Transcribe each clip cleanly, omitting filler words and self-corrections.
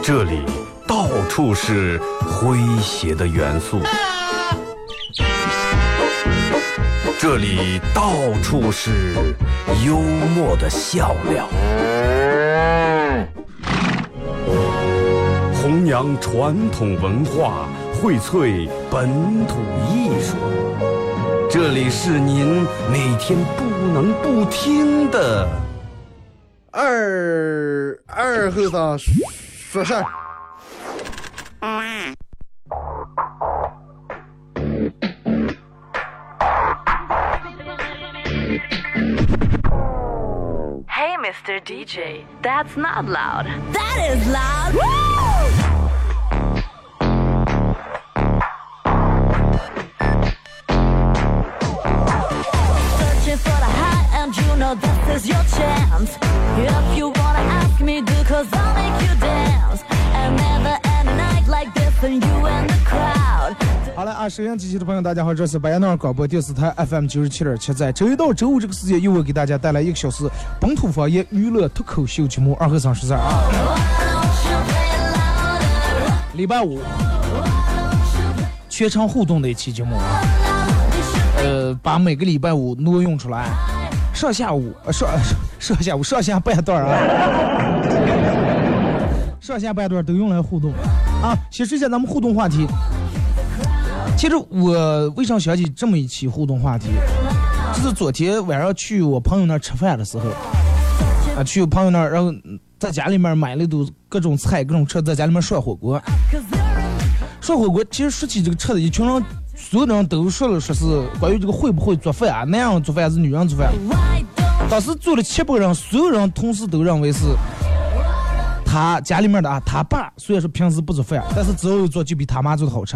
这里到处是诙谐的元素，这里到处是幽默的笑料，弘扬传统文化，荟萃本土艺术。这里是您每天不能不听的二后生说事儿。 Hey, Mr. DJ, that's not loud. That is loud. Woo! Searching for the high and you know this is your chance. If you wanna ask me, do 'cause I'll make you dance. And never end a night like this and you and the crowd. 好了啊，收音机前的朋友大家好，这是白洋淀广播电视台 FM 97.7，在周一到周五这个时间，由我给大家带来1个小时本土方言娱乐脱口秀节目二和尚说事儿啊。礼拜五全程互动的一期节目啊，把每个礼拜五挪用出来，上下半段啊，上下半段都用来互动啊。先说一下咱们互动话题。其实我为啥想起这么一期互动话题，就是昨天晚上去我朋友那儿吃饭的时候啊，去我朋友那儿，然后在家里面买了都各种菜各种吃，在家里面涮火锅。涮火锅其实说起这个吃的，一群人所有的人都说了，说是关于这个会不会做饭啊，男人做饭还是女人做饭。当时做了700个人，所有人同时都认为是他家里面的啊，他爸虽然说平时不做饭，但是只要有做就比他妈做的好吃。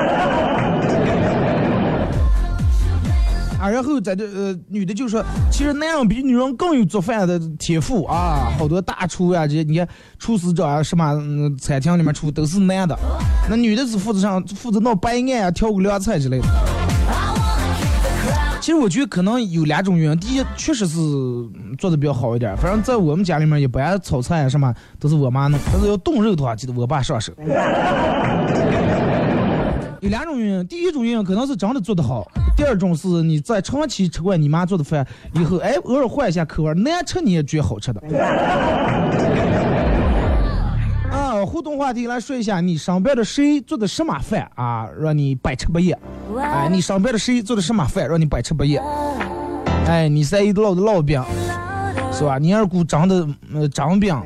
啊，然后在这女的就说，其实男人比女人更有做饭的天赋啊，好多大厨呀、这些你看厨师长啊，什么餐厅里面厨都是男的，那女的是负责弄白案啊、调个凉菜之类的。其实我觉得可能有2种原因，第一确实是做的比较好一点，反正在我们家里面也不爱炒菜啊什么都是我妈弄，但是要炖肉的话记得我爸上手。有2种原因，第一种原因可能是真的做得好，第二种是你在长期吃惯你妈做的饭以后，哎，偶尔换一下口味，难吃你也觉得好吃的。啊，互动话题来说一下，你身边的谁做的什么饭啊，让你百吃不厌？哎，你身边的谁做的什么饭让你百吃不厌？哎，你3姨烙的烙饼，是吧？你二姑长的长饼。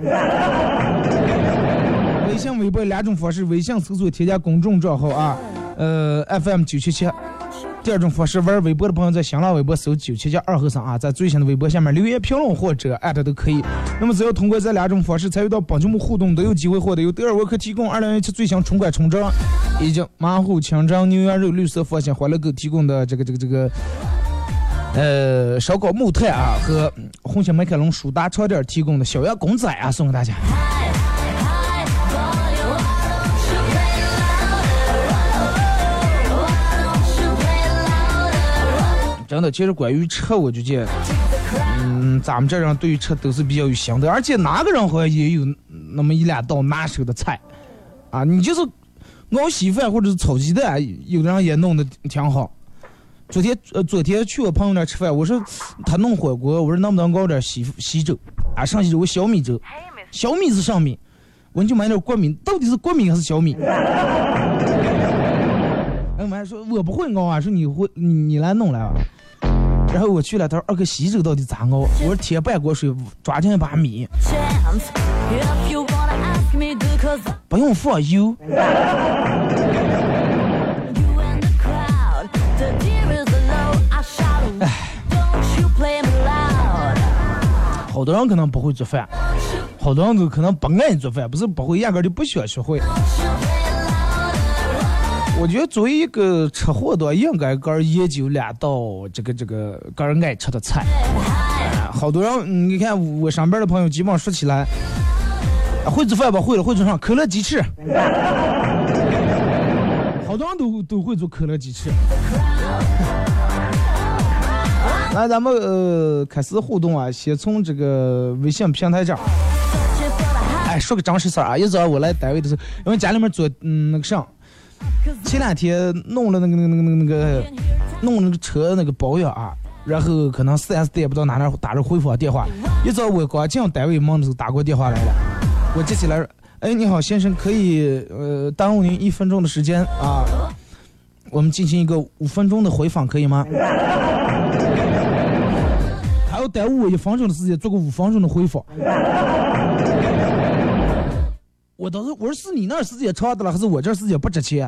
微信、微博2种方式，微信搜索添加公众账号啊。FM 977，第二种方式，玩微博的朋友在新浪微博搜977二和尚啊，在最新的微博下面留言评论或者艾特都可以。那么只要通过这2种方式参与到本节目互动，都有机会获得由德尔沃克提供2017最新春冠春装，以及马虎清蒸牛羊肉绿色佛心欢乐狗提供的这个烧烤木炭啊，和红星美凯龙舒达超店提供的小羊公仔啊，送给大家。真的，其实关于吃，我就觉得，咱们这人对于吃都是比较有心得，而且哪个人好像也有那么1-2道拿手的菜，啊，你就是熬稀饭或者是炒鸡蛋，有的人也弄得挺好。昨天去我朋友那吃饭，我说他弄火锅，我说能不能熬点稀粥啊？上稀粥，我小米粥，小米是上米，我就买点国米，到底是国米还是小米？我们还说我不会熬啊，说你会，你来弄来吧。然后我去了，他说2个稀粥到底咋熬？我说贴半锅水，抓进一把米，不用放油。好多人可能不会做饭，好多人都可能不爱做饭，不是不会，压根就不需要学会。我觉得作为一个吃货的，应该研究2道这个个人爱吃的菜。好多人，你看我上边的朋友，基本上说起来，会做饭吧，会了，会做上可乐鸡翅。好多人都会做可乐鸡翅。来，咱们开始互动啊，先从这个微信平台这儿。哎， 说个真实事儿啊，一早我来单位的时候，因为家里面做那个上，前2天弄了弄那个车那个保养啊，然后可能4S店不知道哪打着回访电话，一早我刚进单位门的时候打过电话来了，我接起来，哎，你好先生，可以耽误您1分钟的时间啊，我们进行一个5分钟的回访可以吗？还要耽误我1分钟的时间做个5分钟的回访。我当时我说是你那儿时间长的了，还是我这儿时间不值钱？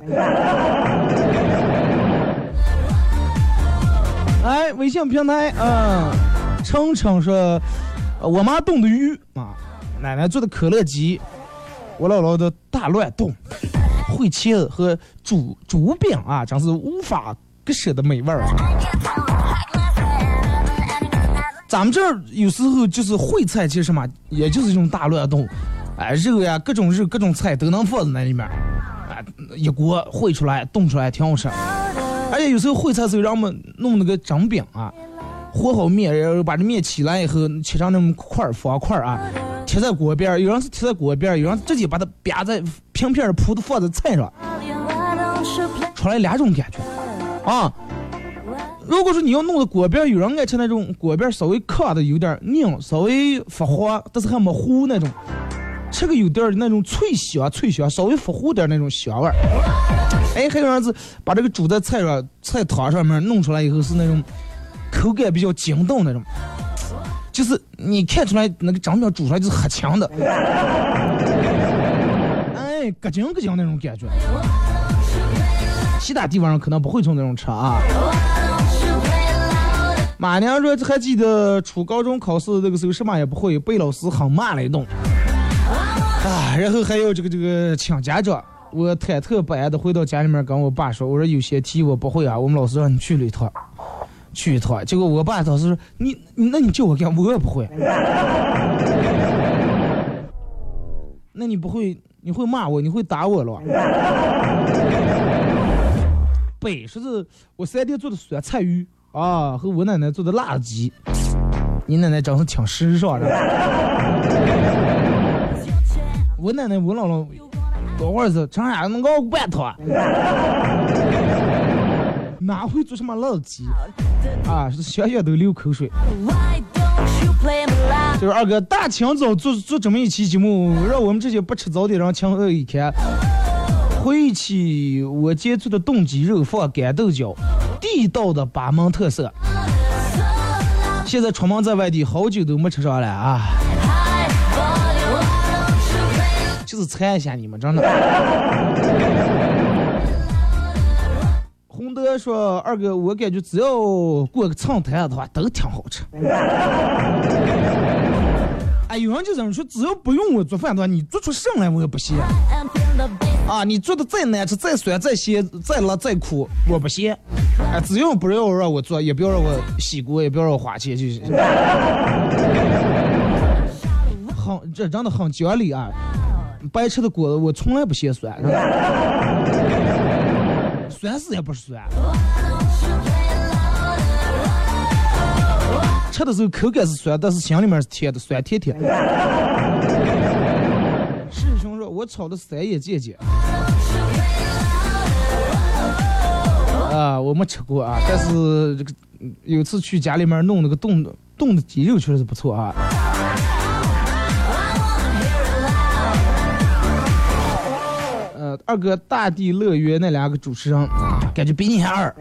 哎，微信平台，程程说，我妈冻的鱼啊，奶奶做的可乐鸡，我姥姥的大乱冻，烩茄子和煮饼啊，真是无法割舍的美味啊。咱们这儿有时候就是烩菜，其实什么，也就是一种大乱冻。哎，肉呀，各种肉、各种菜都能放在那里面，哎，一锅烩出来、冻出来，挺好吃。而且有时候烩菜的时候，让我们弄那个蒸饼啊，和好面，然后把这面起来以后，切成那种方块啊，贴在锅边，有人是贴在锅边，有人直接把它啪在平片铺的放在菜上，出来2种感觉啊。如果说你要弄的锅边，有人爱吃那种锅边稍微炕的有点硬，稍微发黄，但是还没糊那种。吃个有点那种脆香，稍微发糊点那种香味儿。哎，还有人是把这个煮在菜汤上面弄出来以后是那种口感比较筋道那种，就是你看出来那个长苗煮出来就是很强的，哎，咯劲那种感觉。其他地方上可能不会从那种吃啊。马娘说还记得初高中考试那个时候什么也不会，被老师很骂了一顿。啊，然后还有这个请家长，我忐忑不安的回到家里面跟我爸说，我说有些题我不会啊，我们老师让你去一趟，结果我爸当时说那你叫我干，我也不会。那你不会，你会骂我，你会打我了。北说是我3天做的酸菜鱼啊，和我奶奶做的辣鸡，你奶奶真是挺时尚的。我奶奶我姥姥多会儿是长啥能搞半套，哪会做什么辣鸡啊？是想想都流口水。就是二哥大清早做这么一期节目，让我们这些不吃早点让情何以堪。回忆起我接触的冻鸡肉放干豆角，地道的巴门特色。现在出门在外地好久都没吃上了啊。就是猜一下你们真的。洪德说二哥，我感觉只要过个蹭台的话都挺好吃。哎，有人就这么说，只要不用我做饭的话，你做出剩来我也不嫌啊。你做的再难吃、再酸、再咸、再辣、再苦，我不嫌。哎，只要不要让我做，也不要让我洗锅，也不要让我花钱，就是这真的很讲理啊。白吃的果子我从来不嫌酸，酸死也不是酸，吃的时候口感是酸，但是心里面是甜的，酸甜甜。师兄说我炒的3眼见见啊，我没吃过啊，但是这个有次去家里面弄那个冻的鸡肉确实是不错啊。二哥大地乐园那2个主持人感觉比你还二。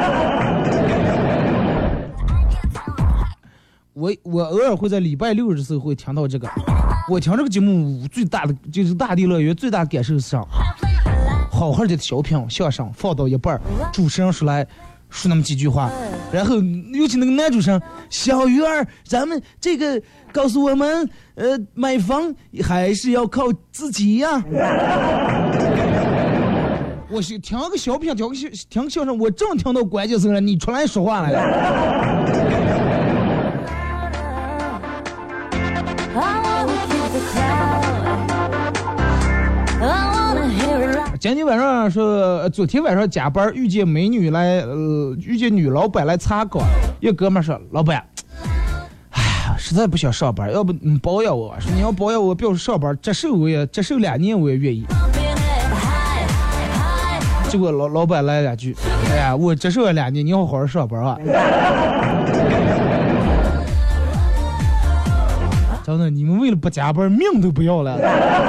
我偶尔会在礼拜6的时候会听到这个，我听这个节目最大的就是大地乐园最大的感受是啥？好好的小品相声放到一半，主持人出来说那么几句话，然后尤其那个男主持人小鱼儿，咱们这个告诉我们买房还是要靠自己呀。我是听个小品，听个相声，我正听到关键词了，你出来说话来了。今天晚上说，昨天晚上加班遇见女老板来查岗，一哥们说，老板，哎， 呀，实在不想上班，要不你包养我，说你要包养我，表示上班折寿2年我也愿意。结果老板来2句，哎呀，我折寿2年，你要好好上班啊。真的，你们为了不加班，命都不要了。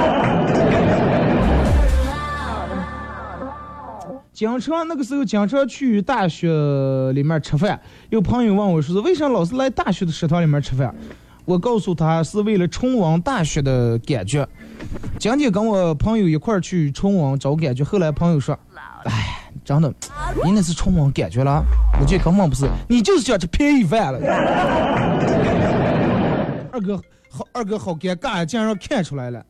经常那个时候经常去大学里面吃饭，有朋友问我说为啥老是来大学的食堂里面吃饭，我告诉他是为了重温大学的感觉。今天跟我朋友一块儿去重温找感觉，后来朋友说，哎，真的你那是重温感觉了，我觉得根本不是，你就是想吃便宜饭了。二哥好尴尬，竟然让看出来了。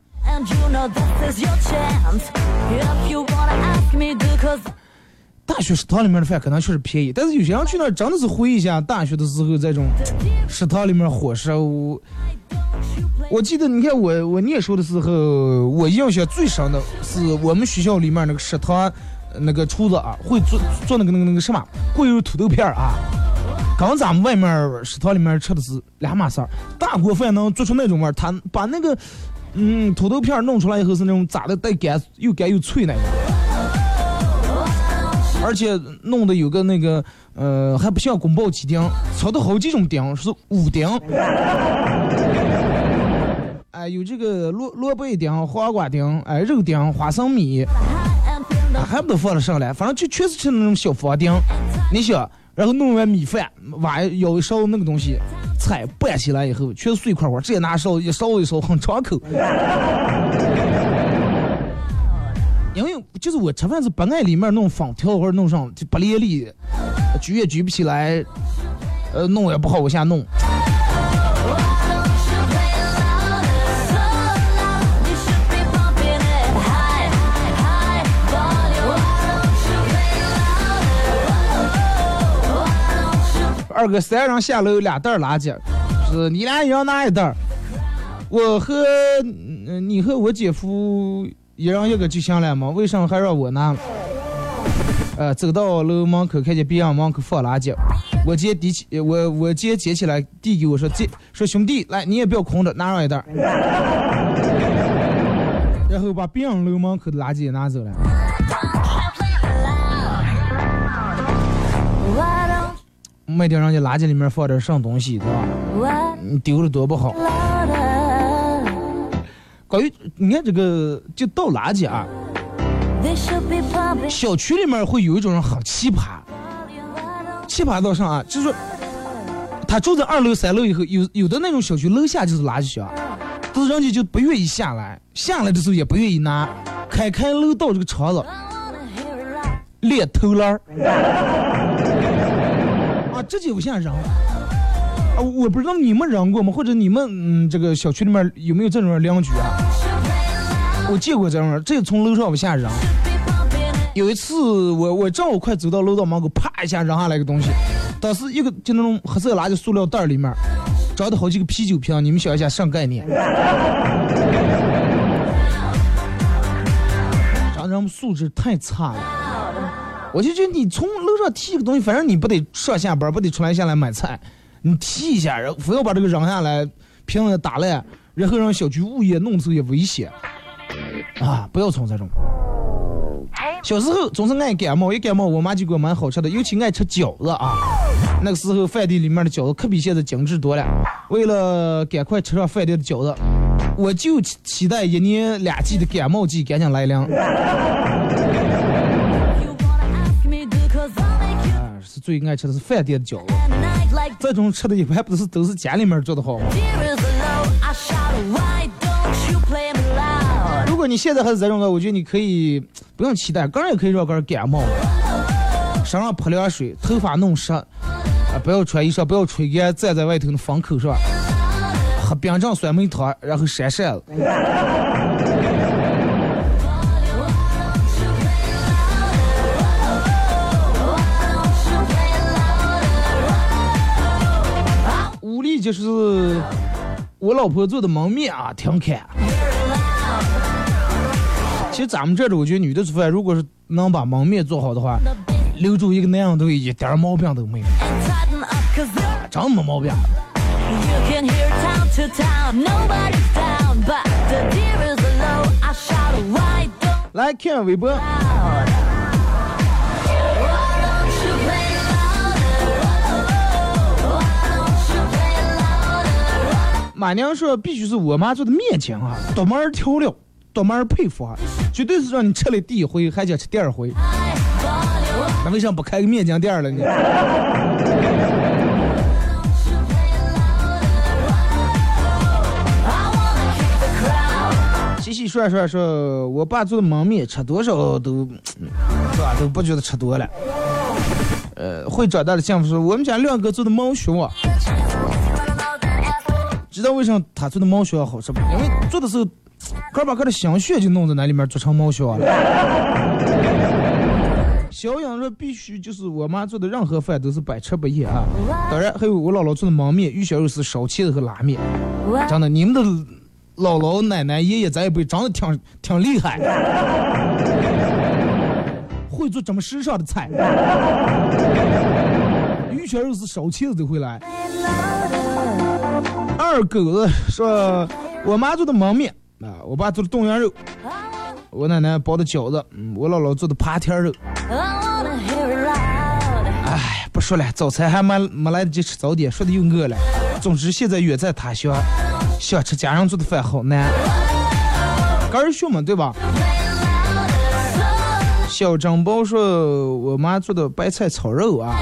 大学食堂里面的饭可能确实便宜，但是有些人去那儿真的是回忆一下大学的时候这种食堂里面伙食。我记得你看我念书的时候，我印象最深的是我们学校里面那个食堂那个厨子啊，会做那个什么桂油土豆片啊，跟咱们外面食堂里面吃的是两码事儿。大锅饭能做出那种味儿，他把那个土豆片弄出来以后是那种炸的带干又脆那种，而且弄的有个那个还不像宫保鸡丁，炒的好几种丁，是5丁。哎，有这个萝卜丁、黄瓜丁、哎肉丁、花生米，还不都放了上来，反正就全是吃那种小方丁。你想，然后弄完米饭，舀一勺那个东西，菜拌起来以后全是碎块块，直接拿勺一勺很长口。因为就是我吃饭是不爱里面弄粉条或者弄上就不连力，举也举不起来，弄也不好往下弄。二哥3人下楼2袋垃圾，是你俩一人拿1袋，我和你和我姐夫一人一个就行了吗？为什么还让我拿？走到楼门口看见别人门口放垃圾，我姐捡起来递给我说兄弟来，你也不要空着，拿上1袋，然后把别人楼门口的垃圾也拿走了。没听人家垃圾里面放点什么东西，对吧？你丢了多不好。关于你看这个就倒垃圾啊，小区里面会有一种人很奇葩到上啊，就是说他住在2楼3楼以后，有的那种小区楼下就是垃圾箱，但是人家就不愿意下来的时候也不愿意拿，开楼道这个肠子裂偷篮啊，这就不像扔啊！我不知道你们扔过吗？或者你们这个小区里面有没有这种邻居啊？我见过这种人，这从楼上往下扔。有一次我正好快走到楼道门口，啪一下扔下来个东西，当时一个就那种黑色垃圾塑料袋里面装的好几个啤酒瓶，你们想一下什么概念？让人们素质太差了。我就觉得你从楼上提个东西，反正你不得上下班，不得出来下来买菜，你提一下，然后非要把这个扔下来，瓶子打烂，然后让小区物业弄走也危险啊！不要从这种。小时候总是爱感冒，一感冒我妈就给我买好吃的，尤其爱吃饺子啊。那个时候饭店里面的饺子可比现在精致多了。为了赶快吃上饭店的饺子，我就期待1年2季的感冒季赶紧来临。是最爱吃的是饭店的饺子，这种吃的一般不是都是家里面做的好吗？如果你现在还是这种的，我觉得你可以不用期待，个人也可以让个人感冒，身上泼凉水，头发弄湿啊，不要穿衣裳，不要吹干，站在外头的风口上，喝冰镇酸梅汤，然后扇扇子。屋里就是我老婆做的焖面啊，挺开。其实咱们这儿我觉得女的做饭，如果是能把焖面做好的话，留住一个男人都一点毛病都没有，真没毛病。 You can hear town to town, nobody's down, but the deer is low. I shout, why don't 来看微博， loud? Why don't you play louder? Why don't you play louder? 马娘说必须是我妈做的面筋啊，多门调料，多门配方啊，绝对是让你吃了第一回还想吃第二回。那为什么不开个面筋店了呢？细细说说，我爸做的焖面吃多少都，是吧？都不觉得吃多了。会长大的幸福说，我们家亮哥做的毛血旺，知道为什么他做的毛血旺好吃不？因为做的时候，把个的香血就弄在那里面做成毛血旺了。小杨说必须就是我妈做的任何饭都是百吃不厌啊，当然还有我姥姥做的焖面、鱼香肉丝、烧茄子和拉面。真的，你们的姥姥、奶奶、爷爷咱也不长得挺厉害，会做这么时尚的菜，鱼香肉丝、烧茄子都会来。二狗子说我妈做的焖面啊，我爸做的冻羊肉，我奶奶包的饺子，我姥姥做的扒天肉。哎，不说了，早餐还没来得及吃早点，说的又饿了。总之现在远在他乡，想吃家人做的饭好难。刚儿学嘛，对吧？小张包说我妈做的白菜炒肉啊，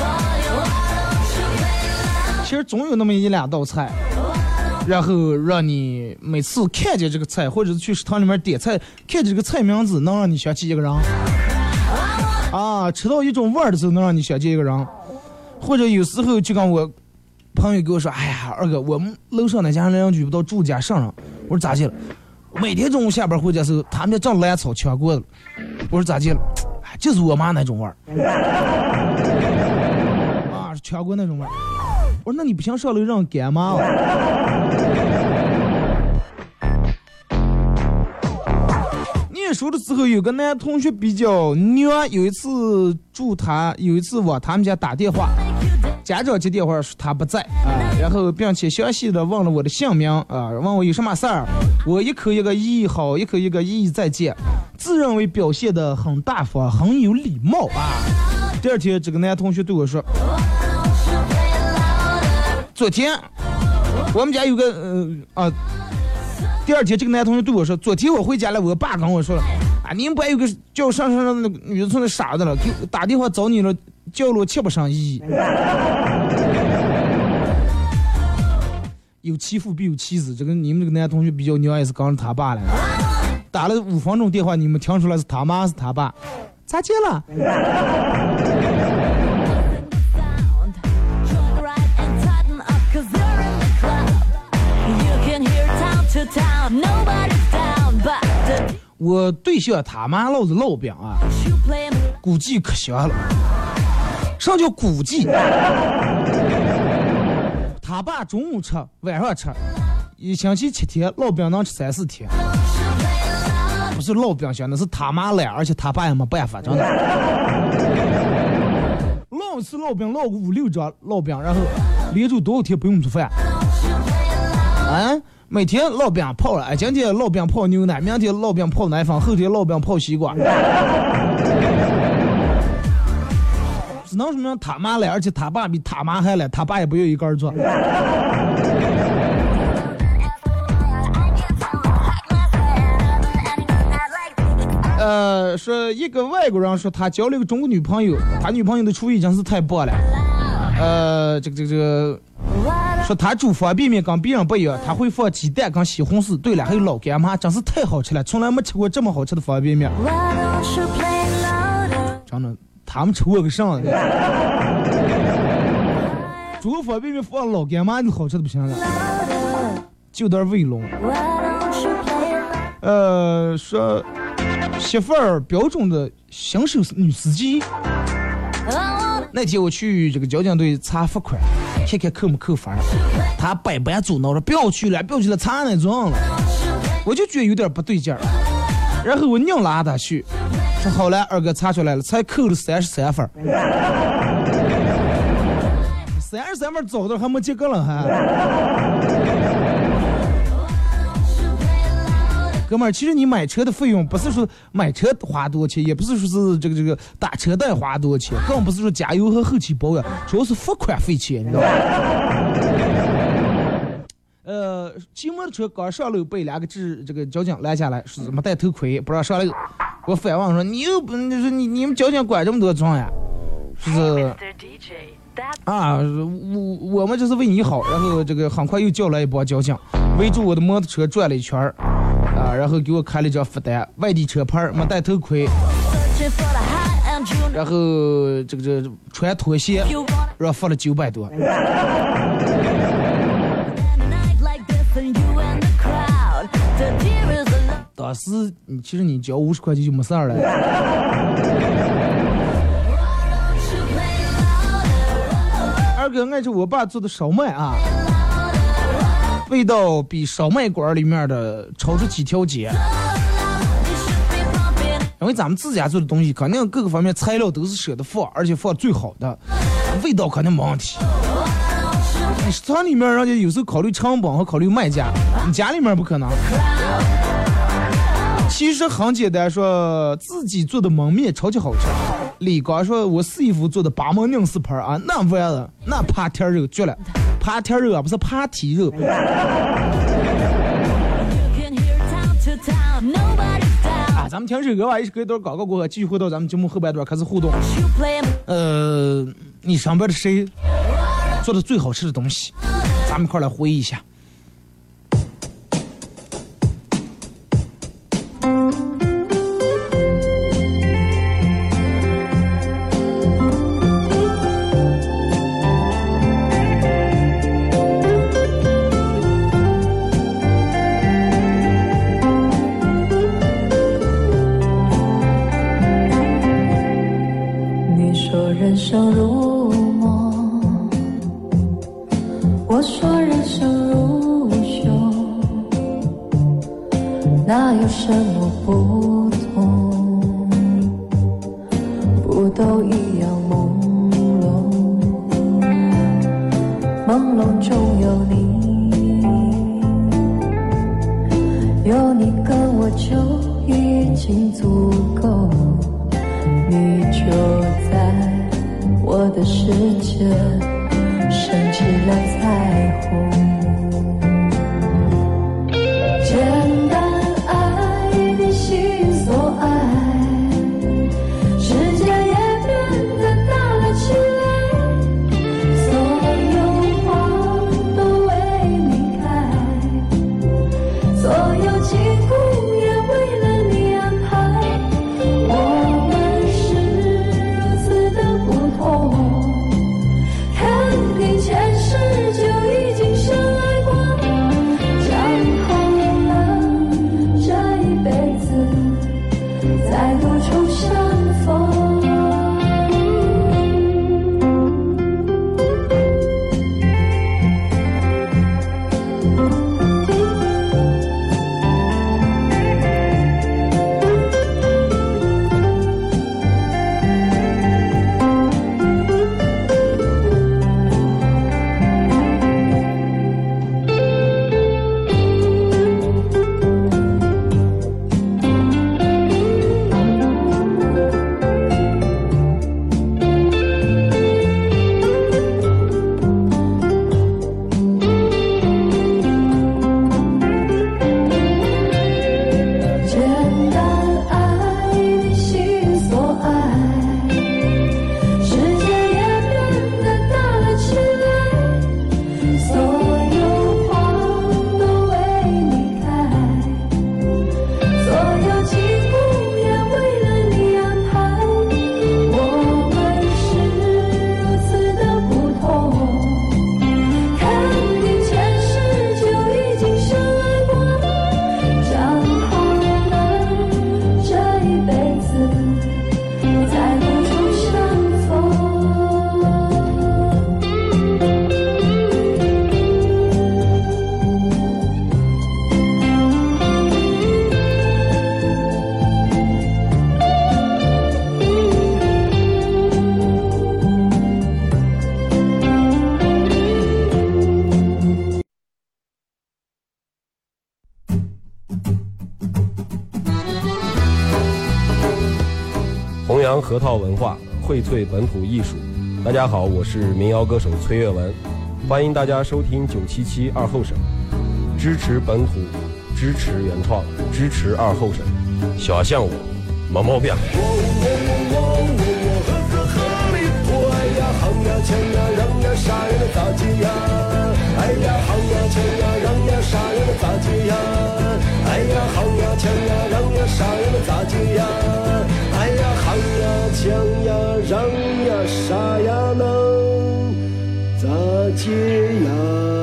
其实总有那么一两道菜，然后让你每次看见这个菜，或者是去食堂里面点菜，看见这个菜名字，能让你想起一个人。啊，吃到一种味儿的时候，能让你想起一个人。或者有时候就跟我朋友跟我说：“哎呀，二哥，我们楼上那家邻居不到住家上了。”我说咋去了？每天中午下班回家的时候，他们家正蓝草抢过了。我说咋去了？哎，就是我妈那种味儿。啊，抢过那种味儿。我说那你不想上楼让干嘛了？念书的时候有个男同学比较娘，有一次往他们家打电话，家长接电话说他不在啊，然后并且详细的问了我的姓名啊，问我有什么事儿，我一口一个一好，一口一个一再见，自认为表现的很大方，很有礼貌啊。第二天这个男同学对我说，昨天我们家有个第二天这个男同学对我说，昨天我回家了，我爸跟我说了啊，你们班有个叫上的那个女的村的傻子了，给我打电话找你了，叫了我7不上1。有欺负必有妻子，这个你们这个男同学比较牛，也是刚是他爸了，打了5分钟电话，你们听出来是他妈是他爸，咋接了？我对象他妈烙的烙饼啊，估计可香了。啥叫估计？他爸中午吃，晚上吃，一星期7天，烙饼能吃3、4天。不是烙饼香，那是他妈懒，而且他爸也没办法，真的。烙一次烙饼，烙个5、6张烙饼，然后连续多少天不用吃饭？啊？每天烙饼泡了，哎，今天烙饼泡牛奶，明天烙饼泡奶粉，后天烙饼泡西瓜。只能说明他妈来，而且他爸比他妈还来，他爸也不愿意一个人做。说一个外国人说他交了一个中国女朋友，他女朋友的厨艺真是太棒了。这个。说他煮方便面跟别人不一样，他会放鸡蛋跟西红柿，对了，还有老干妈，真是太好吃了，从来没吃过这么好吃的方便面。真的，他们吃过个上的，煮个方便面放老干妈就好吃的不行了，就点卫龙。说媳妇儿标准的新手女司机。那天我去这个交警队查罚款，看看扣没扣分，他百般阻挠着不要去了，查那种了，我就觉得有点不对劲儿，然后我硬拉他去，说好了，二哥查出来了，才扣了33分 33万走的还没及格了还。哥们儿，其实你买车的费用不是说买车花多少钱，也不是说是这个打车贷花多少钱，更不是说加油和后期保养，主要是付款费钱，你知道吧？骑摩托车刚上楼被两个这个交警拦下来，是怎么戴头盔不让上楼？我反问说你又不，你说你们交警管这么多桩呀？是啊，我们这是为你好，然后这个很快又叫来一帮交警，围住我的摩托车转了一圈啊，然后给我开了一张罚单，外地车牌没戴头盔，然后这个穿拖鞋，让罚了900多。当时其实你交50块钱就没事儿了。二哥爱吃我爸做的烧麦啊，味道比烧麦馆里面的超出几条街。因为咱们自家做的东西，肯定各个方面材料都是舍得放，而且放最好的，味道肯定没问题。市场里面人家有时候考虑成本和考虑卖价，你家里面不可能。其实很简单，说自己做的焖面超级好吃。李刚说我师傅做的八门宁四盘啊，那完了，那扒天肉绝了，扒天肉啊不是扒蹄肉。啊，咱们听首歌吧，一首歌广告过后，继续回到咱们节目后半段开始互动。你上边的谁做的最好吃的东西？咱们一块来回忆一下。 人生如梦，我说人生如梦，哪有什么不同？不都一样朦胧，朦胧中有你，有你跟我就已经足够，你就在我的世界升起了彩虹。简单爱你心所爱，世界也变得大了起来，所有花都为你开，所有情故也为了你安排，我们是如此的不同，看你前世就已经扬核桃文化，荟萃本土艺术。大家好，我是民谣歌手崔月文，欢迎大家收听977二后生，支持本土，支持原创，支持二后生，小象我没毛病。行呀抢呀让呀杀人的咋接呀？哎呀行呀抢呀让呀杀人的咋接呀？哎呀行呀抢呀让呀杀人的咋接呀？哎呀行呀抢呀让呀杀呀能咋接呀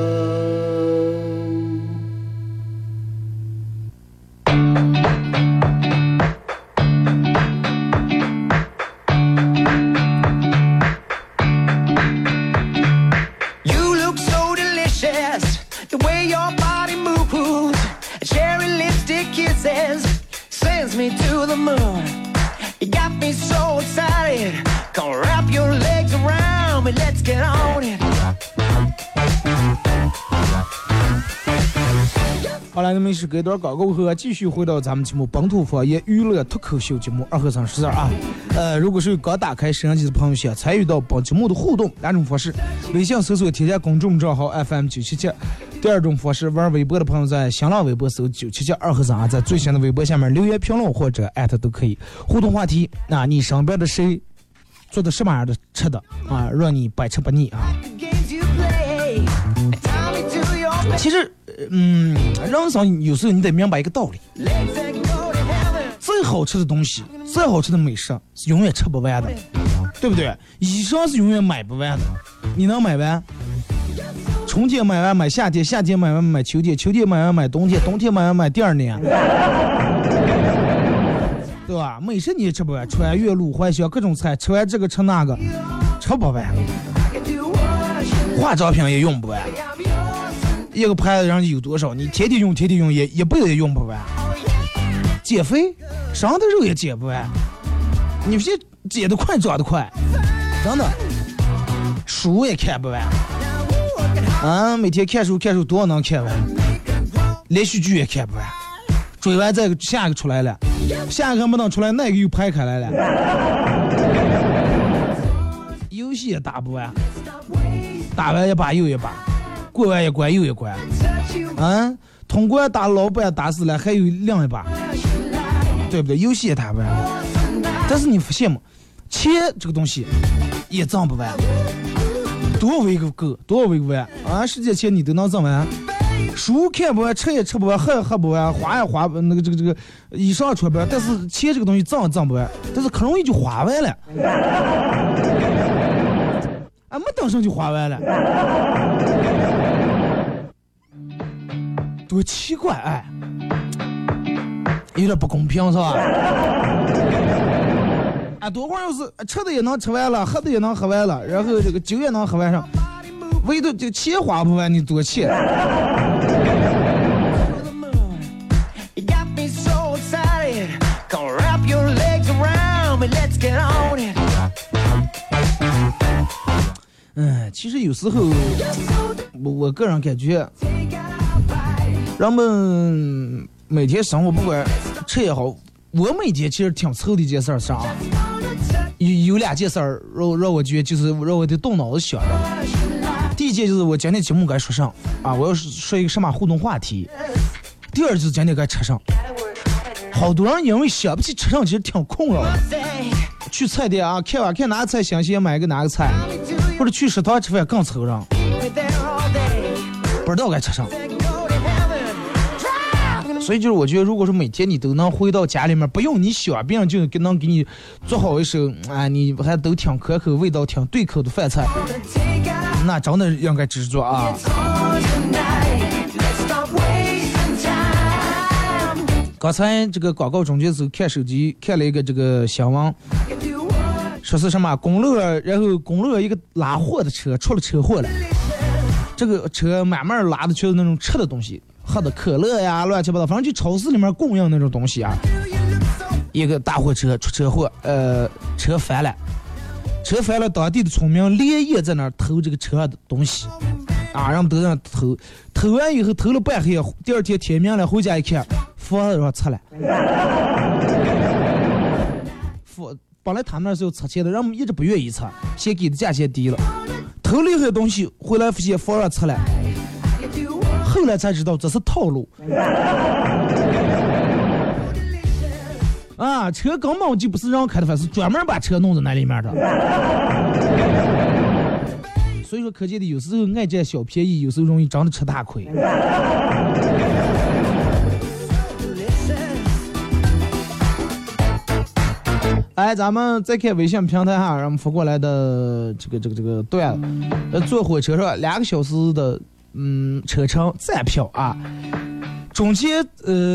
？Me to the moon, you got me so excited. Come wrap your legs around me, let's get on it. 好了，那么是隔一段广告后继续回到咱们节目本土方言娱乐脱口秀节目二和尚14啊。如果是刚打开摄像机的朋友想参与到本节目的互动，两种方式：微信搜索添加公众账号 FM977。第二种方式，玩微博的朋友在新浪微博搜977二和尚啊，在最新的微博下面留言评论或者艾特都可以。互动话题：那你身边的谁做的什么样的吃的啊，让你百吃不腻啊？其实，人生有时候你得明白一个道理：最好吃的东西，再好吃的美食，是永远吃不完的，对不对？衣裳是永远买不完的，你能买完？春天买完买夏天，夏天买完买秋天，秋天买完买冬天，冬天买完买第二年，对吧？美食你也吃不完，穿越鲁淮香各种菜，吃完这个吃那个，吃不完。化妆品也用不完，一个牌子上有多少，你天天用也不也用不完。减肥，上的肉也减不完，你这减得快长得快，真的。书也看不完。啊，每天看书多少能看完？连续剧也看不完，追完再下一个出来了，下一个没能出来，那个又拍开来了。游戏也打不完，打完一把又一把，过完一关又一关。啊，通关打老板打死了，还有另一把，对不对？游戏也打不完。但是你发现吗？钱这个东西也挣不完。多少为个够，多少为个完啊！世界钱你都能挣完，书看不完，吃也吃不完，喝也喝不完，花也花那个这个衣裳穿不完，但是钱这个东西挣也挣不完，但是很容易就花完了，啊，没等上就花完了，多奇怪哎，有点不公平是吧？啊，多会儿要是吃的也能吃完了，喝的也能喝完了，然后这个酒也能喝完上，唯独这钱花不完，你多钱？其实有时候我个人感觉，人们每天生活不管吃也好，我每天其实挺愁的一件事儿啥？有两件事儿让我觉得就是让我得动脑子想的。第一件就是我今天节目该说上啊，我要说一个什么互动话题。第二就是今天该吃上。好多人因为想不起吃上，其实挺困扰的。去菜店啊，看哪个菜新鲜买个哪个菜，或者去食堂吃饭更愁上，不知道该吃上。所以就是我觉得，如果说每天你都能回到家里面，不用你想，别人就能给你做好一手，啊，你还都挺可口，味道挺对口的饭菜，那真的应该知足啊。刚才这个广告中间时候看手机看了一个这个新闻，说是什么公路，然后公路一个拉货的车出了车祸了，这个车慢慢拉的全是那种吃的东西。喝的可乐呀，乱七八糟，反正就超市里面供应那种东西啊。一个大货车出车祸，车翻了，当地的村民连夜在那儿偷这个车上的东西，啊，人们都在那偷完以后偷了半黑，第二天天明了回家一看，房子上拆了， 本来他那是有拆迁的，人们一直不愿意拆，先给的价钱低了，偷厉害的东西回来发现反而拆了，后来才知道这是套路。啊，车根本就不是让开的，是专门把车弄在那里面的。所以说，可见的有时候爱占小便宜，有时候容易真的吃大亏。哎，咱们再看微信平台哈，让我们发过来的这个段子，坐火车是吧？2个小时的车程站票啊，中间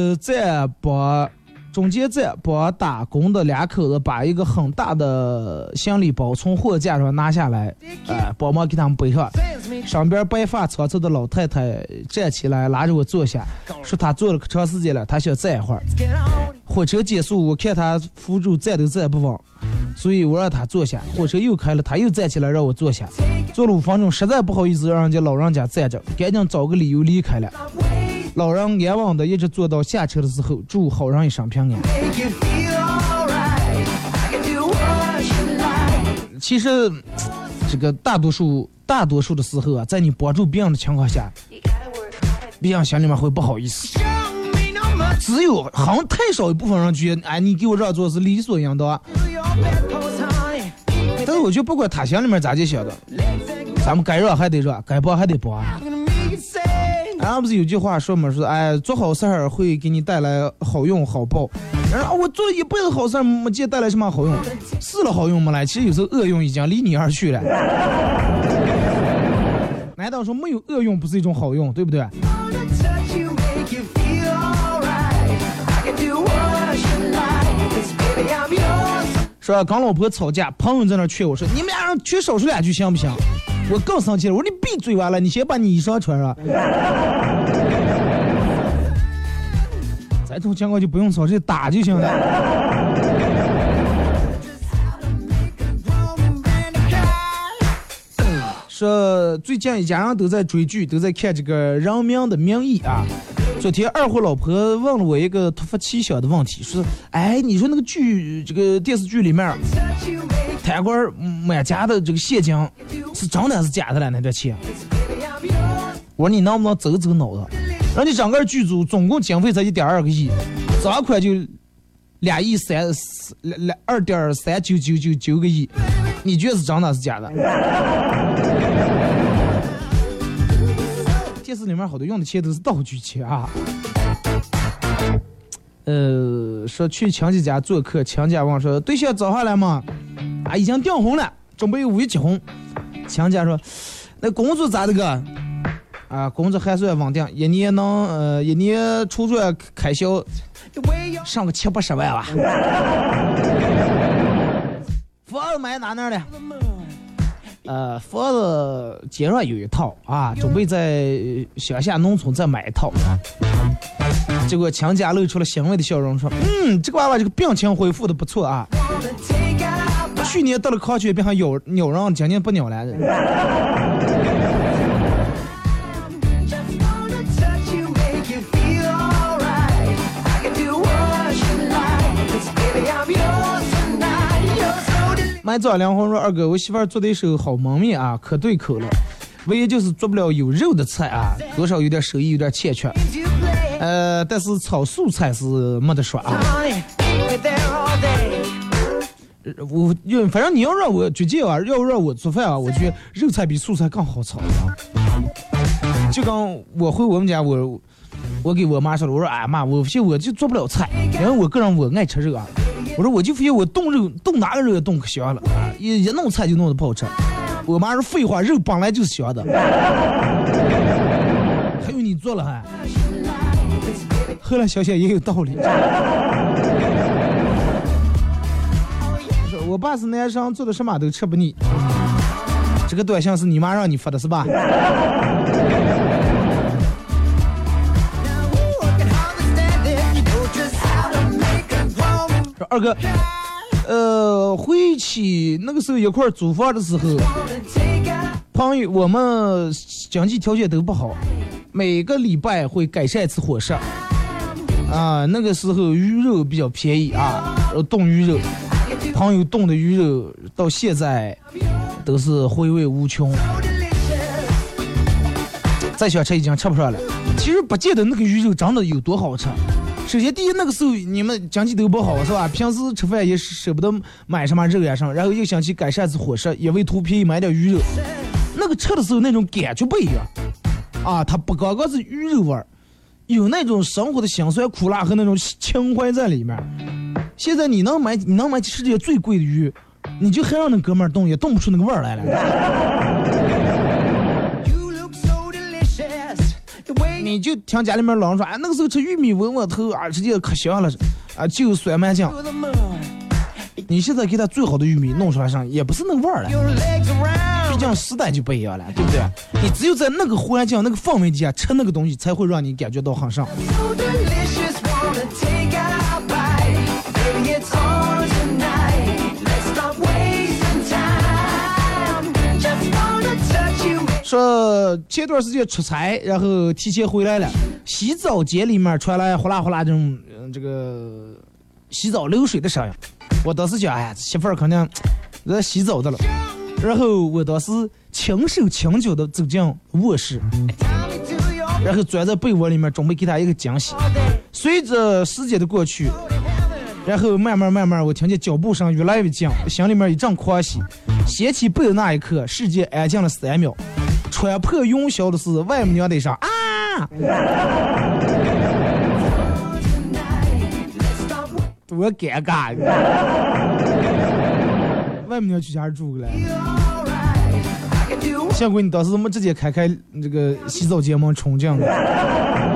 站帮打工的2口子把一个很大的行李包从货架上拿下来，帮忙给他们背上。上边白发苍苍的老太太站起来拉着我坐下，说她坐了可长时间了，她想站一会儿。火车结束，我看她扶住站都站不稳，所以我让她坐下。火车又开了，她又站起来让我坐下。坐了5分钟，实在不好意思让人家老人家站着，赶紧找个理由离开了。老人安稳的一直坐到下车的时候，祝好人一生平安。其实这个大多数的时候啊，在你帮助别人的情况下，别人心里面会不好意思。只有好像太少一部分人觉得，哎，你给我让座是理所应当。但是我觉得不管他心里面咋就想的，咱们该让还得让，该帮还得帮。然后不是有句话说嘛，说哎，做好事儿会给你带来好用好报。然后我做了一辈子好事儿，没见带来什么好用，是了好用没来，其实有时候恶用已经离你而去了。难道说没有恶用不是一种好用，对不对？说跟老婆吵架，朋友在那劝我说：“你们俩人缺少说2句行不行？”我更生气了，我说：“你闭嘴完了，你先把你衣裳穿上。”这种情况就不用吵，这打就行了。说最近一家人都在追剧，都在看这个《人民的名义》啊。昨天二货老婆问了我一个突发奇想的问题，说：“哎，你说那个剧，这个电视剧里面，贪官满家的这个现金是真的还是假的了？那点钱？”我说：“你能不能走走脑子？让你整个剧组总共经费才1.2个亿，这块就2.399999个亿，你觉得是真的还是假的？”电视里面好多用的钱都是道具钱啊。说去亲戚家做客，亲家问说对象找下来吗？啊，已经订婚了，准备5月结婚。亲家说那工作咋的个？啊，工作还算稳定，一年出转开销上个7-80万吧。房子买哪了？房子街上有一套啊，准备在乡下农村再买一套。结果强家露出了欣慰的笑容，说：“这个娃娃这个病情恢复的不错啊，去年得了狂犬病还咬人，今年不咬了。”买早凉红说：“二哥，我媳妇儿做的一手好焖面啊，可对口了，唯一就是做不了有肉的菜啊，多少有点手艺有点欠缺。但是炒素菜是没得说啊。反正你要让我举荐啊，要让我做饭啊，我觉得肉菜比素菜更好炒。就刚我回我们家，我给我妈说了，我说哎妈，我发现我就做不了菜，因为我个人我爱吃肉啊。我说我就发现我冻肉冻哪个肉也冻可香了啊，一弄菜就弄得不好吃。我妈说废话，肉本来就是香的，还有你做了还。后来想想也有道理。我爸是男生，做的什么都吃不腻。这个短信是你妈让你发的是吧？说二哥，回去那个时候一块租房的时候，朋友我们经济条件都不好，每个礼拜会改善一次伙食啊。那个时候鱼肉比较便宜啊，冻鱼肉。 朋友炖的鱼肉到现在都是回味无穷，再想吃已经吃不上了。其实不见得那个鱼肉长得有多好吃。首先第一，那个时候你们经济都不好是吧？平时吃饭也舍不得买什么肉呀上，然后又想去改善子伙食，也为图便宜买点鱼肉。那个吃的时候那种感觉不一样啊，它不刚刚是鱼肉味儿，有那种生活的辛酸苦辣和那种情怀在里面。现在你能买世界最贵的鱼，你就还让那哥们儿冻也冻不出那个味儿来了。你就听家里面老人说，哎，那个时候吃玉米闻我头啊，直接可香了啊，就酸麻酱。你现在给他最好的玉米弄出来上，也不是那个味儿了。毕竟时代就不一样了，对不对？你只有在那个环境、那个氛围底下吃那个东西，才会让你感觉到很上。说前段时间出差，然后提前回来了，洗澡间里面传来哗啦哗啦这种这个洗澡流水的声音。我当时讲，哎呀，媳妇儿肯定在洗澡的了。然后我当时轻手轻脚的走进卧室，然后钻在被窝里面准备给她一个惊喜。随着时间的过去，然后慢慢我听见脚步声越来越近，心里面一阵狂喜。掀起被的那一刻，世界安静了3秒。穿破云霄的是外母娘得上啊，多尴尬！外母娘去家住了，幸亏你当时怎么直接开这个洗澡间门冲进了。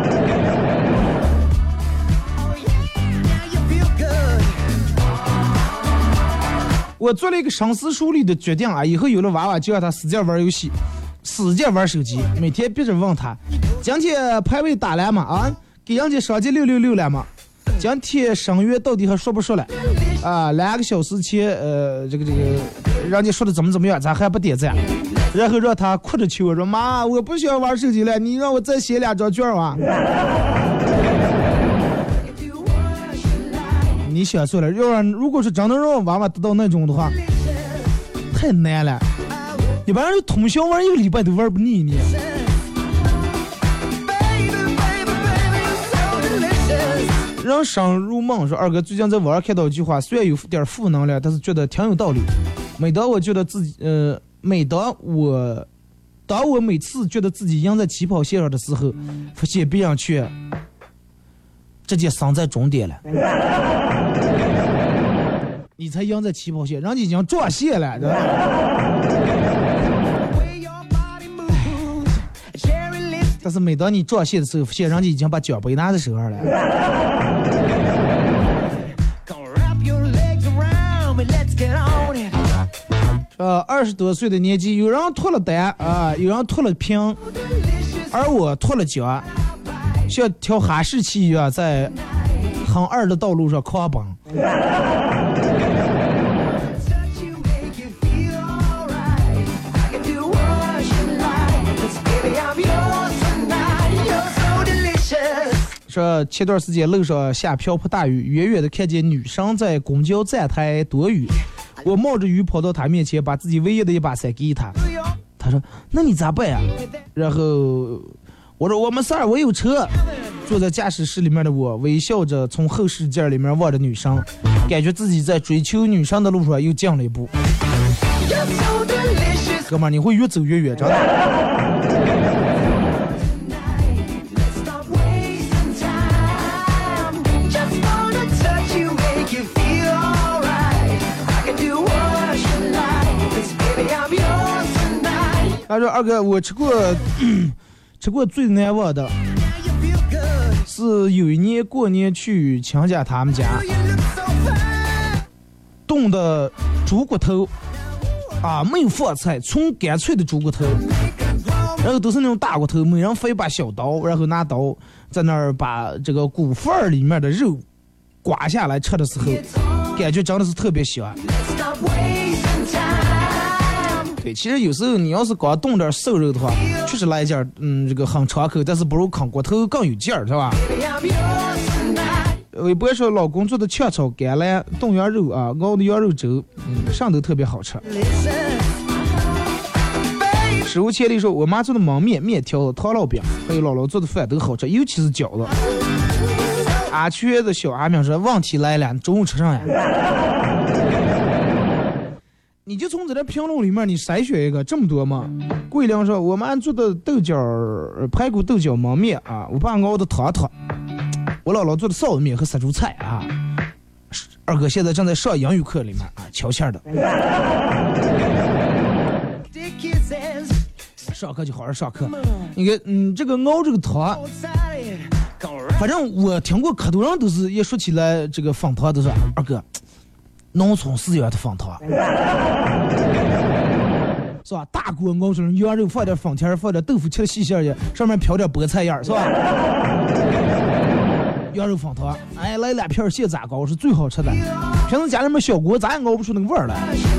我做了一个深思熟虑的决定啊，以后有了娃娃就让他使劲玩游戏，使劲玩手机，每天憋着问他，今天排位打了吗？啊，给人家上级666了吗？今天声乐到底还说不说了？啊，2个小时前，这个，人家说的怎么样，咱还不点赞？然后让他哭着求我说：“妈，我不喜欢玩手机了，你让我再写2张卷啊！”你想错了，如果是真的让娃娃得到那种的话，太难了。一般人通宵玩1个礼拜都玩不腻你。人生如梦说，二哥最近在网上看到一句话，虽然有点负能量，但是觉得挺有道理。每当我每次觉得自己赢在起跑线上的时候，发现别人却直接伤在终点了。你才赢在起跑线，人家已经撞线了，对吧？但是每当你撞线的时候，发现人家已经把奖杯拿在手上了。20多岁的年纪，有人脱了单啊，有人脱了屏，而我脱了脚，像条哈士奇一样在很二的道路上狂奔。说前段时间路上下瓢泼大雨，远远的看见女生在公交站台躲雨，我冒着雨跑到她面前，把自己唯一的一把伞给她。她说：“那你咋办呀？”然后我说：“我没事儿，我有车。”坐在驾驶室里面的我微笑着从后视镜里面望着女生，感觉自己在追求女生的路上又进了一步。哥们儿，你会越走越远，真的。他说：“二哥，我吃过最难忘的，是有一年过年去亲家他们家，冻的猪骨头啊，没有放菜，纯干脆的猪骨头，然后都是那种大骨头，每人分一把小刀，然后拿刀在那儿把这个骨缝儿里面的肉刮下来吃的时候，感觉真的是特别香。”对，其实有时候你要是光冻点瘦肉的话，确实来劲儿，这个很敞口，但是不如啃骨头更有劲儿，是吧？ 微博说老公做的炝炒橄榄冻羊肉啊，熬的羊肉粥，上都特别好吃。史无前例说，我妈做的焖面、面条、糖烙饼，还有姥姥做的饭都好吃，尤其是饺子。阿缺的小阿苗说，问题来了，中午吃上呀？你就从这点评论里面你筛选一个，这么多吗？桂亮说，我妈做的豆角排骨豆角焖面啊，我爸熬的糖糖，我姥姥做的臊子面和杀猪菜啊。二哥现在正在上英语课里面啊，悄悄的。上课就好好上课。你看，这个熬这个糖，反正我听过可多人都是一说起来这个放糖都是二哥。农村饲养的放糖，是吧？大锅熬成羊肉，放点放甜，放点豆腐，切的细馅儿，上面飘点菠菜叶儿，是吧？羊肉放糖，哎，来2片蟹杂糕是最好吃的。平时家里面小锅咱也熬不出那个味儿来。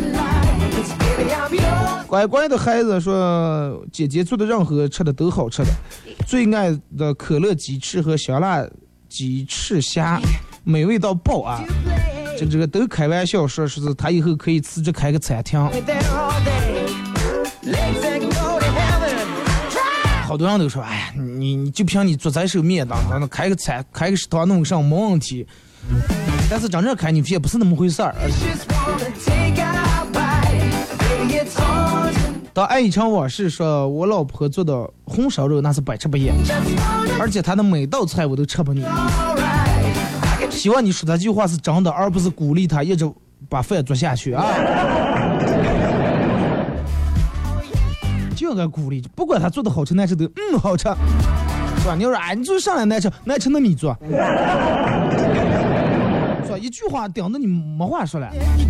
乖乖的孩子说，姐姐做的任何吃的都好吃的，最爱的可乐鸡翅和香辣鸡翅虾，美味到爆啊！这个都开玩笑说是他以后可以辞职开个餐厅。好多人都说，哎呀，你就凭你做这手面当开个餐开个食堂弄上没问题，但是真正开你也不是那么回事儿。到爱一场往事说，我老婆做的红烧肉那是百吃不厌，而且她的每道菜我都吃不腻。希望你说这句话是真的，而不是鼓励他一直把饭做下去啊！就应该鼓励，不管他做的好吃难吃都好吃，是吧？你要说你做上来难吃那你做，是吧？一句话顶着你没话说了。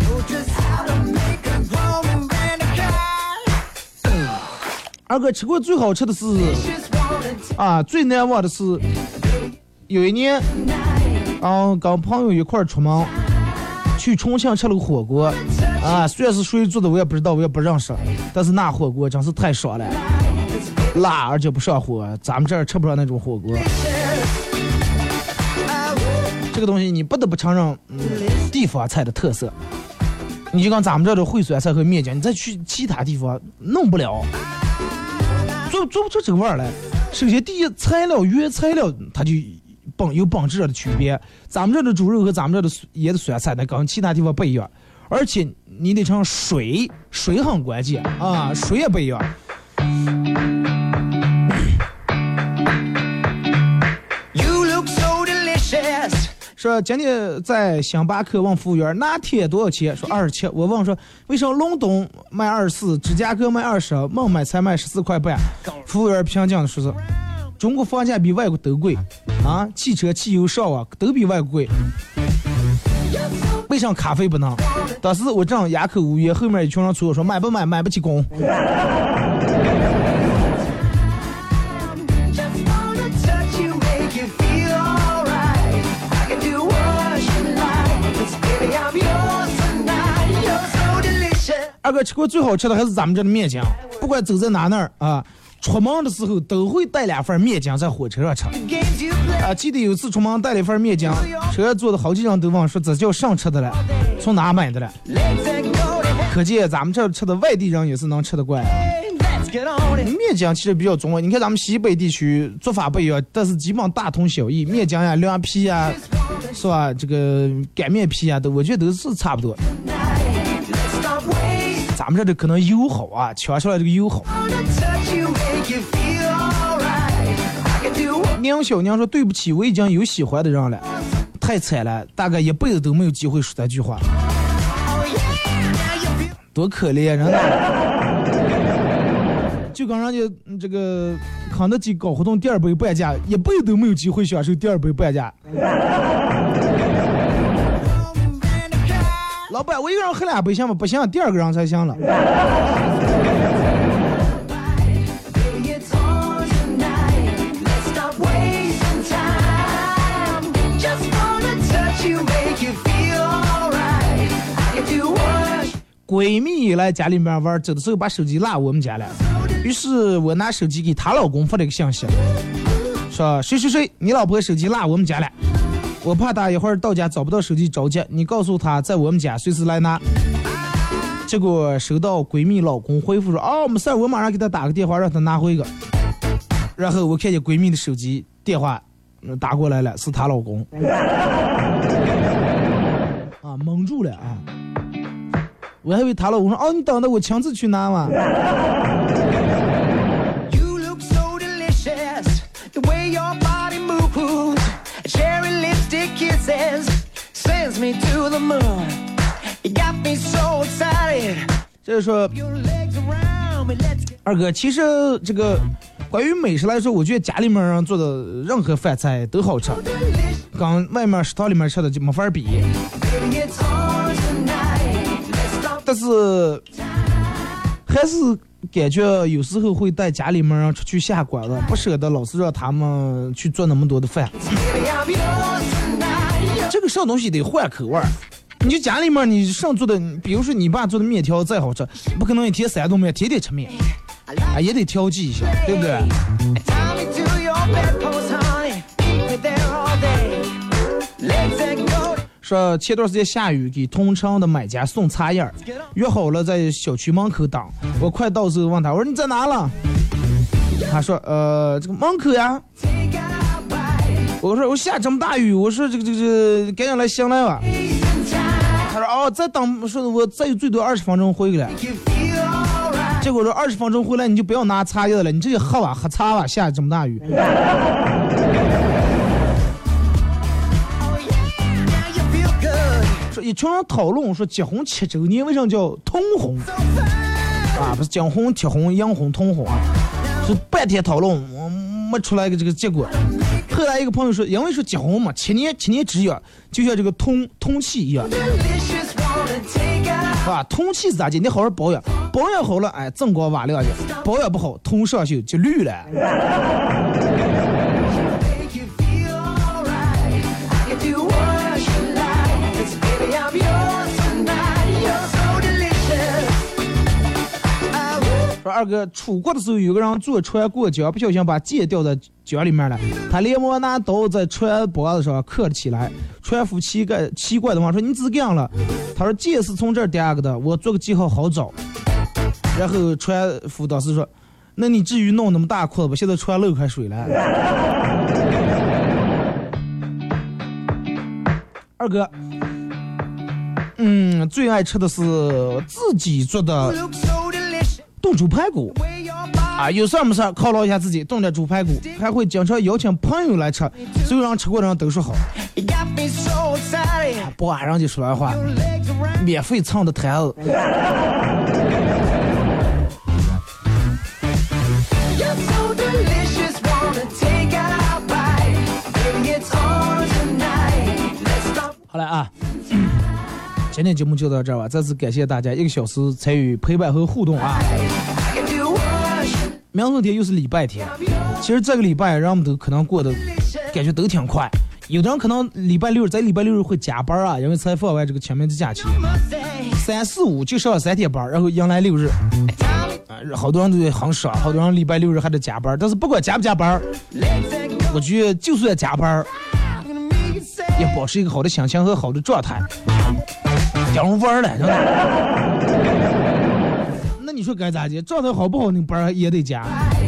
二哥吃过最好吃的是啊，最难忘的是有一年。跟朋友一块儿出门去重庆吃了个火锅啊，虽然是谁做的我也不知道，我也不认识，但是那火锅真是太爽了，辣而且不上火，咱们这儿吃不上那种火锅。这个东西你不得不承认，地方菜的特色。你就跟咱们这儿的烩酸菜和面酱，你再去其他地方弄不了，做不出这个味儿来。首先第一，材料原材料它就有本质的区别，咱们这的猪肉和咱们这的椰子酸菜呢，跟其他地方不一样，而且你得尝水很关键啊，水也不一样。说今天在星巴克问服务员拿铁多少钱，说27，我问说为什么隆冬卖24，芝加哥卖20，孟买才卖14块半，服务员评价的说是中国房价比外国都贵啊，汽车汽油上网都比外国贵，为啥咖啡不能？当时我正哑口无言，后面一群人催我说买不买，买不起工。二哥吃过最好吃的还是咱们这的面酱，不管走在哪儿啊，出门的时候都会带2份面酱在火车上吃啊。记得有次出门带了一份面酱，车上坐的好几人都问说这叫上吃的了，从哪买的了？可见咱们这吃的外地人也是能吃得惯。面酱其实比较中国，你看咱们西北地区做法不一样，但是基本大同小异，面酱呀、凉皮呀，是吧？这个擀面皮呀，我觉得都是差不多。咱们这的可能油好啊，抢出来这个油好。娘小娘说对不起，我已经有喜欢的人了，太惨了，大概一辈子都没有机会说这句话，多可怜人啊！就跟人家这个肯德基搞活动第2杯半价，一辈子都没有机会享受第2杯半价。老板，我一个人喝2杯行吗？不行，第2个人才行了。闺蜜来家里面玩，走的时候把手机落我们家了，于是我拿手机给她老公发了一个信息，说谁谁谁，你老婆手机落我们家了。 我怕他一会儿到家找不到手机着急，你告诉他在我们家随时来拿。结果收到闺蜜老公回复说哦没事儿，我马上给他打个电话让他拿回一个。然后我看见闺蜜的手机电话打过来了，是她老公。啊，蒙住了啊！我还以为她老公说哦你等着我亲自去拿嘛。就是说，二哥，其实这个关于美食来说，我觉得家里面做的任何饭菜都好吃，跟外面食堂里面吃的就没法比。但是还是感觉有时候会带家里面出去下馆子，不舍得老是让他们去做那么多的饭。这个上东西得换口味儿。你就家里面你上做的，比如说你爸做的面条再好吃，不可能一天3顿面，天天吃面，啊也得调剂一下，对不对？说前段时间下雨，给同城的买家送茶叶，约好了在小区门口等。我快到时候问他，我说你在哪了？他说这个门口呀。我说我下这么大雨，我说这个赶紧来行来吧。他说哦再等，说我再最多20分钟回来。结果说20分钟回来你就不要拿茶叶了，你这就喝吧喝茶吧，下这么大雨。说一群人讨论说结婚7周年为什么叫通红啊？不是金红、铁红、银红、通红啊？是半天讨论没出来个这个结果。后来一个朋友说，因为说结婚嘛，7年之约，就像这个通气一样，啊，通气是咋的？你好好保养，保养好了，哎，锃光瓦亮的；保养不好，通上去就绿了。说二哥出国的时候，有个人坐船过江，不小心把剑掉在江里面了。他连忙拿刀在船脖子上刻了起来。船夫奇怪的话说：“你怎样了？”他说：“剑是从这儿掉的，我做个记号好找。”然后船夫当时说：“那你至于弄那么大裤子吧？现在船漏开水了。”二哥，最爱吃的是自己做的炖猪排骨啊，有事没事犒劳一下自己，炖点猪排骨，还会经常邀请朋友来吃，所有人吃过的人都说好。不按人家说来话，免费蹭的摊子。好了啊。今天节目就到这儿吧，再次感谢大家1个小时参与陪伴和互动啊！明后天又是礼拜天，其实这个礼拜人们都可能过得感觉都挺快，有的人可能礼拜六日会加班啊，因为才放完这个前面的假期，3、4、5就上3天班，然后迎来6日，好多人都很爽，好多人礼拜6日还得加班，但是不管加不加班，我觉得就算加班，也保持一个好的心情和好的状态。讲玩了，那你说该咋的？状态好不好，那班也得加。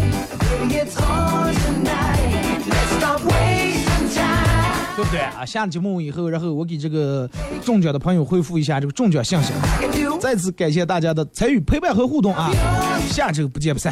对不对啊？下了节目以后，然后我给这个中奖的朋友回复一下这个中奖信息。再次感谢大家的参与、陪伴和互动啊！下周不见不散。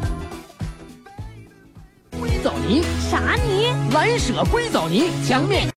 啥泥？蓝舍硅藻泥墙面。